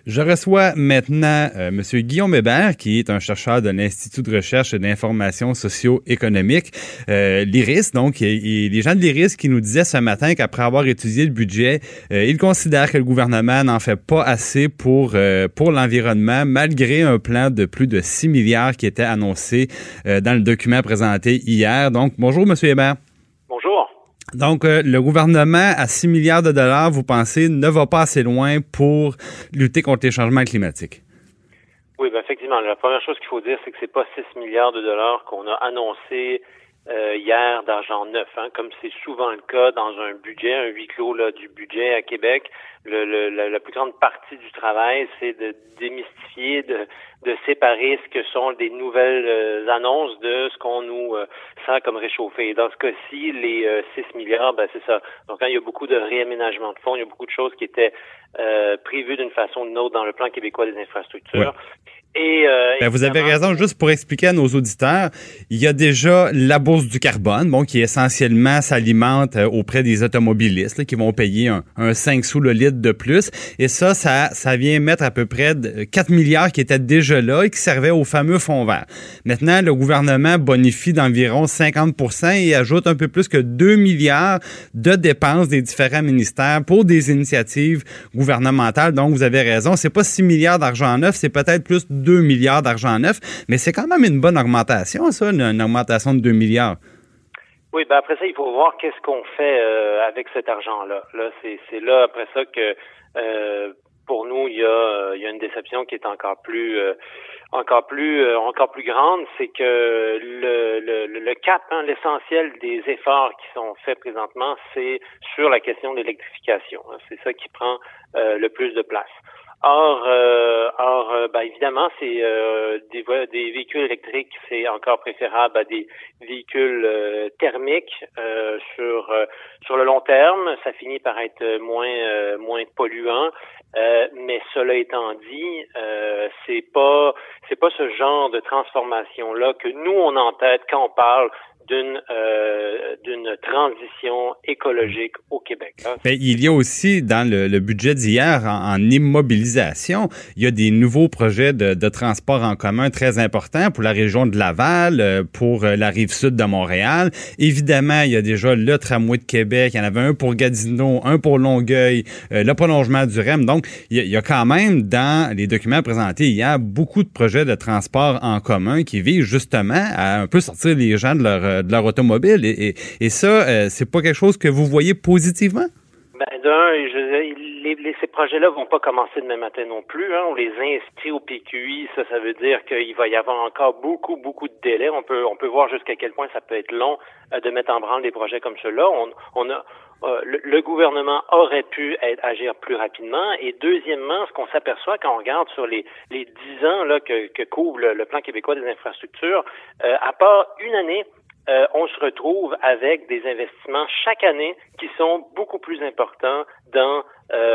Je reçois maintenant M. Guillaume Hébert, qui est un chercheur de l'Institut de recherche et d'information socio-économique, l'IRIS. Donc, et les gens de l'IRIS qui nous disaient ce matin qu'après avoir étudié le budget, ils considèrent que le gouvernement n'en fait pas assez pour l'environnement, malgré un plan de plus de 6 milliards qui était annoncé dans le document présenté hier. Donc, bonjour M. Hébert. Bonjour. Donc, le gouvernement, à 6 milliards de dollars, vous pensez, ne va pas assez loin pour lutter contre les changements climatiques? Oui, effectivement. La première chose qu'il faut dire, c'est que c'est pas 6 milliards de dollars qu'on a annoncé hier d'argent neuf, comme c'est souvent le cas dans un budget, un huis clos là, du budget à Québec. La plus grande partie du travail, c'est de démystifier, de séparer ce que sont des nouvelles annonces de ce qu'on nous sent comme réchauffé. Dans ce cas-ci, les 6 milliards, c'est ça. Donc, il y a beaucoup de réaménagement de fonds, il y a beaucoup de choses qui étaient prévues d'une façon ou d'une autre dans le plan québécois des infrastructures. Ouais. Et vous avez raison. Juste pour expliquer à nos auditeurs, il y a déjà la bourse du carbone, qui essentiellement s'alimente auprès des automobilistes là, qui vont payer un 5 sous le litre de plus. Et ça vient mettre à peu près 4 milliards qui étaient déjà là et qui servaient au fameux fonds vert. Maintenant, le gouvernement bonifie d'environ 50% et ajoute un peu plus que 2 milliards de dépenses des différents ministères pour des initiatives gouvernementales. Donc, vous avez raison, c'est pas 6 milliards d'argent neuf, c'est peut-être plus 2 milliards d'argent neuf, mais c'est quand même une bonne augmentation, ça, une augmentation de 2 milliards. Oui, après ça, il faut voir qu'est-ce qu'on fait avec cet argent-là. Là, c'est là, après ça, que pour nous, il y a une déception qui est encore plus grande, c'est que le cap, l'essentiel des efforts qui sont faits présentement, c'est sur la question de l'électrification. C'est ça qui prend le plus de place. Or, évidemment, c'est des véhicules électriques, c'est encore préférable à des véhicules thermiques sur le long terme. Ça finit par être moins polluant. Mais cela étant dit, c'est pas ce genre de transformation-là que nous on a en tête quand on parle d'une transition écologique au Québec. Il y a aussi dans le budget d'hier en immobilisation, il y a des nouveaux projets de transport en commun très importants pour la région de Laval, pour la rive sud de Montréal. Évidemment, il y a déjà le tramway de Québec, il y en avait un pour Gatineau, un pour Longueuil, le prolongement du REM. Donc, il y a quand même dans les documents présentés hier beaucoup de projets de transport en commun qui visent justement à un peu sortir les gens de leur automobile. Et ça, c'est pas quelque chose que vous voyez positivement? Ces projets-là vont pas commencer demain matin non plus. On les inscrit au PQI. Ça veut dire qu'il va y avoir encore beaucoup de délais. On peut voir jusqu'à quel point ça peut être long de mettre en branle des projets comme ceux-là. Le gouvernement aurait pu agir plus rapidement. Et deuxièmement, ce qu'on s'aperçoit quand on regarde sur les 10 ans là que couvre le plan québécois des infrastructures, à part une année, on se retrouve avec des investissements chaque année qui sont beaucoup plus importants dans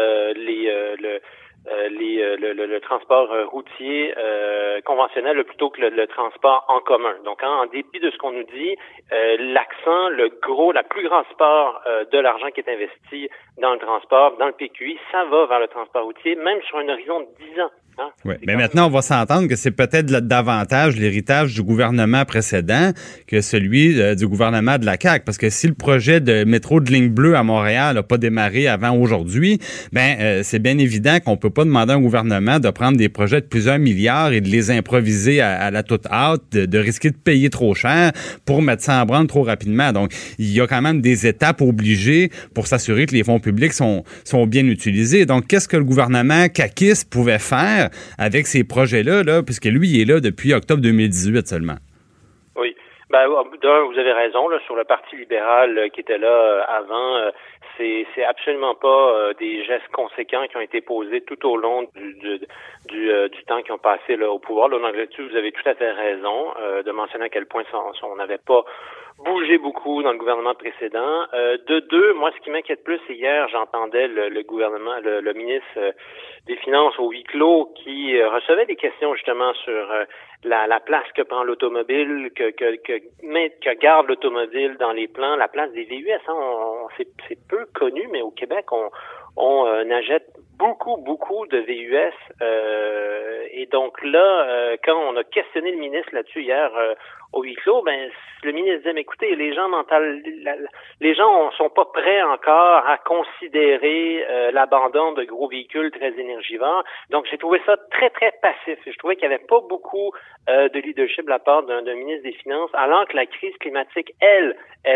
le transport routier conventionnel plutôt que le transport en commun. Donc, en dépit de ce qu'on nous dit, l'accent, la plus grande part de l'argent qui est investi dans le transport, dans le PQI, ça va vers le transport routier, même sur un horizon de 10 ans. Oui, mais maintenant, on va s'entendre que c'est peut-être davantage l'héritage du gouvernement précédent que celui du gouvernement de la CAQ. Parce que si le projet de métro de ligne bleue à Montréal n'a pas démarré avant aujourd'hui, c'est bien évident qu'on peut pas demander à un gouvernement de prendre des projets de plusieurs milliards et de les improviser à la toute hâte, de risquer de payer trop cher pour mettre ça en branle trop rapidement. Donc, il y a quand même des étapes obligées pour s'assurer que les fonds publics sont bien utilisés. Donc, qu'est-ce que le gouvernement caquiste pouvait faire avec ces projets-là, puisque lui, il est là depuis octobre 2018 seulement? Oui. Vous avez raison, sur le Parti libéral qui était là avant, c'est absolument pas des gestes conséquents qui ont été posés tout au long du temps qu'ils ont passé là, au pouvoir. Là-dessus, vous avez tout à fait raison de mentionner à quel point on n'avait pas bougé beaucoup dans le gouvernement précédent. De deux, moi, ce qui m'inquiète plus, c'est hier, j'entendais le gouvernement, le ministre des Finances au huis clos qui recevait des questions justement sur la place que prend l'automobile, que garde l'automobile dans les plans, la place des VUS. C'est peu connu, mais au Québec, on achète beaucoup de VUS. Et donc là, quand on a questionné le ministre là-dessus hier au huis clos, le ministre disait, mais écoutez, les gens sont pas prêts encore à considérer l'abandon de gros véhicules très énergivores. Donc j'ai trouvé ça très, très passif. Je trouvais qu'il n'y avait pas beaucoup de leadership de la part d'un ministre des Finances, alors que la crise climatique, elle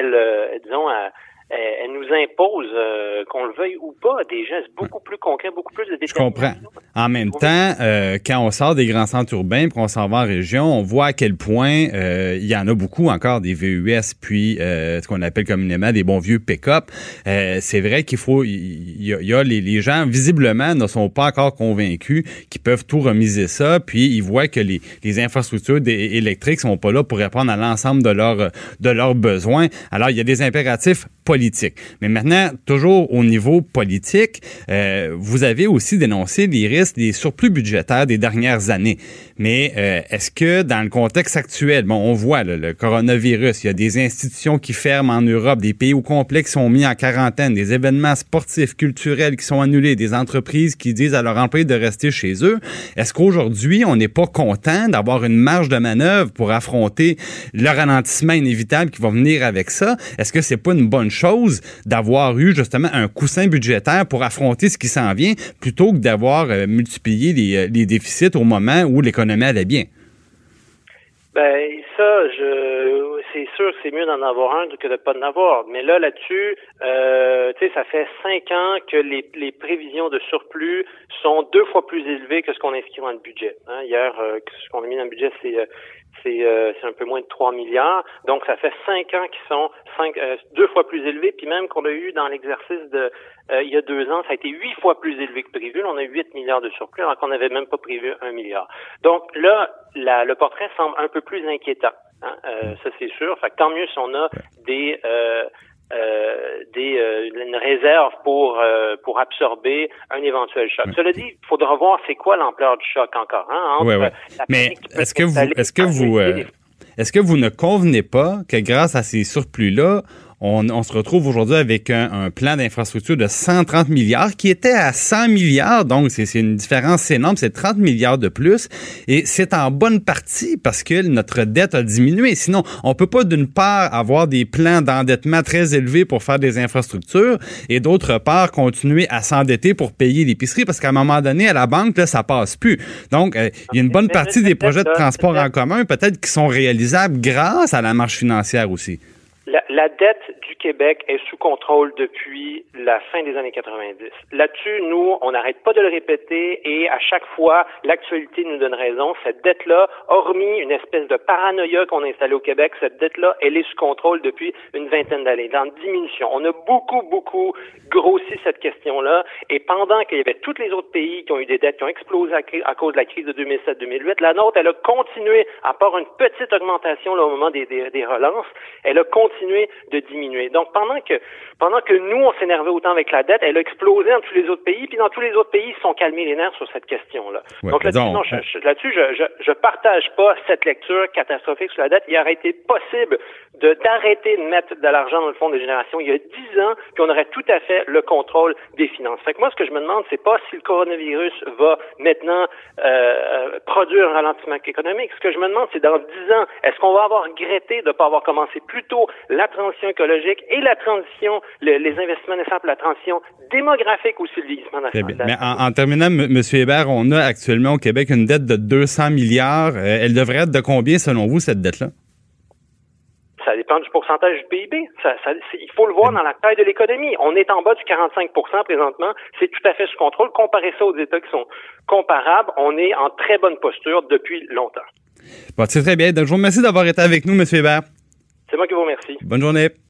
nous impose, qu'on le veuille ou pas, des gestes beaucoup plus concrets, beaucoup plus de détermination. Je comprends. En même temps, quand on sort des grands centres urbains, puis qu'on s'en va en région, on voit à quel point il y en a beaucoup encore des VUS, puis ce qu'on appelle communément des bons vieux pick-up. C'est vrai qu'il faut, il y a les gens visiblement ne sont pas encore convaincus qu'ils peuvent tout remiser ça, puis ils voient que les infrastructures électriques sont pas là pour répondre à l'ensemble de leurs besoins. Alors il y a des impératifs politique. Mais maintenant, toujours au niveau politique, vous avez aussi dénoncé les risques des surplus budgétaires des dernières années. Mais est-ce que dans le contexte actuel, on voit le coronavirus, il y a des institutions qui ferment en Europe, des pays au complet qui sont mis en quarantaine, des événements sportifs, culturels qui sont annulés, des entreprises qui disent à leurs employés de rester chez eux. Est-ce qu'aujourd'hui, on n'est pas content d'avoir une marge de manœuvre pour affronter le ralentissement inévitable qui va venir avec ça? Est-ce que c'est pas une bonne chose d'avoir eu justement un coussin budgétaire pour affronter ce qui s'en vient plutôt que d'avoir multiplié les déficits au moment où l'économie allait bien? C'est sûr que c'est mieux d'en avoir un que de pas en avoir. Mais là-dessus, ça fait 5 ans que les prévisions de surplus sont 2 fois plus élevées que ce qu'on inscrit dans le budget. Hier, ce qu'on a mis dans le budget, c'est un peu moins de 3 milliards. Donc, ça fait 5 ans qui sont 2 fois plus élevés. Puis même qu'on a eu dans l'exercice il y a 2 ans, ça a été 8 fois plus élevé que prévu. On a 8 milliards de surplus alors qu'on n'avait même pas prévu 1 milliard. Donc là, le portrait semble un peu plus inquiétant. Ça, c'est sûr. Fait que tant mieux si on a une réserve pour absorber un éventuel choc. Cela dit, il faudra voir c'est quoi l'ampleur du choc encore. Mais est-ce que vous ne convenez pas que grâce à ces surplus-là, on se retrouve aujourd'hui avec un plan d'infrastructure de 130 milliards qui était à 100 milliards, donc c'est une différence énorme, c'est 30 milliards de plus, et c'est en bonne partie parce que notre dette a diminué. Sinon, on peut pas d'une part avoir des plans d'endettement très élevés pour faire des infrastructures et d'autre part continuer à s'endetter pour payer l'épicerie parce qu'à un moment donné, à la banque, là, ça passe plus. Donc, il y a une bonne partie des projets de transport en commun peut-être qui sont réalisables grâce à la marge financière aussi. La dette du Québec est sous contrôle depuis la fin des années 90. Là-dessus, nous, on n'arrête pas de le répéter et à chaque fois, l'actualité nous donne raison. Cette dette-là, hormis une espèce de paranoïa qu'on a installée au Québec, cette dette-là, elle est sous contrôle depuis une vingtaine d'années, en diminution. On a beaucoup grossi cette question-là et pendant qu'il y avait tous les autres pays qui ont eu des dettes qui ont explosé à cause de la crise de 2007-2008, la nôtre, elle a continué, à part une petite augmentation là, au moment des relances, elle a continué de diminuer. Donc, pendant que nous, on s'énervait autant avec la dette, elle a explosé dans tous les autres pays, puis dans tous les autres pays, ils se sont calmés les nerfs sur cette question-là. Ouais, donc, je partage pas cette lecture catastrophique sur la dette. Il aurait été possible d'arrêter de mettre de l'argent dans le fonds de génération il y a 10 ans, puis on aurait tout à fait le contrôle des finances. Fait que moi, ce que je me demande, c'est pas si le coronavirus va maintenant produire un ralentissement économique. Ce que je me demande, c'est dans 10 ans, est-ce qu'on va avoir regretté de ne pas avoir commencé plus tôt la transition écologique et la transition, les investissements nécessaires pour la transition démographique aussi, le vieillissement national. Mais en terminant, M. Hébert, on a actuellement au Québec une dette de 200 milliards. Elle devrait être de combien, selon vous, cette dette-là? Ça dépend du pourcentage du PIB. Il faut le voir dans la taille de l'économie. On est en bas du 45% présentement. C'est tout à fait sous contrôle. Comparez ça aux États qui sont comparables. On est en très bonne posture depuis longtemps. Bon, c'est très bien. Donc, je vous remercie d'avoir été avec nous, M. Hébert. C'est moi qui vous remercie. Bonne journée.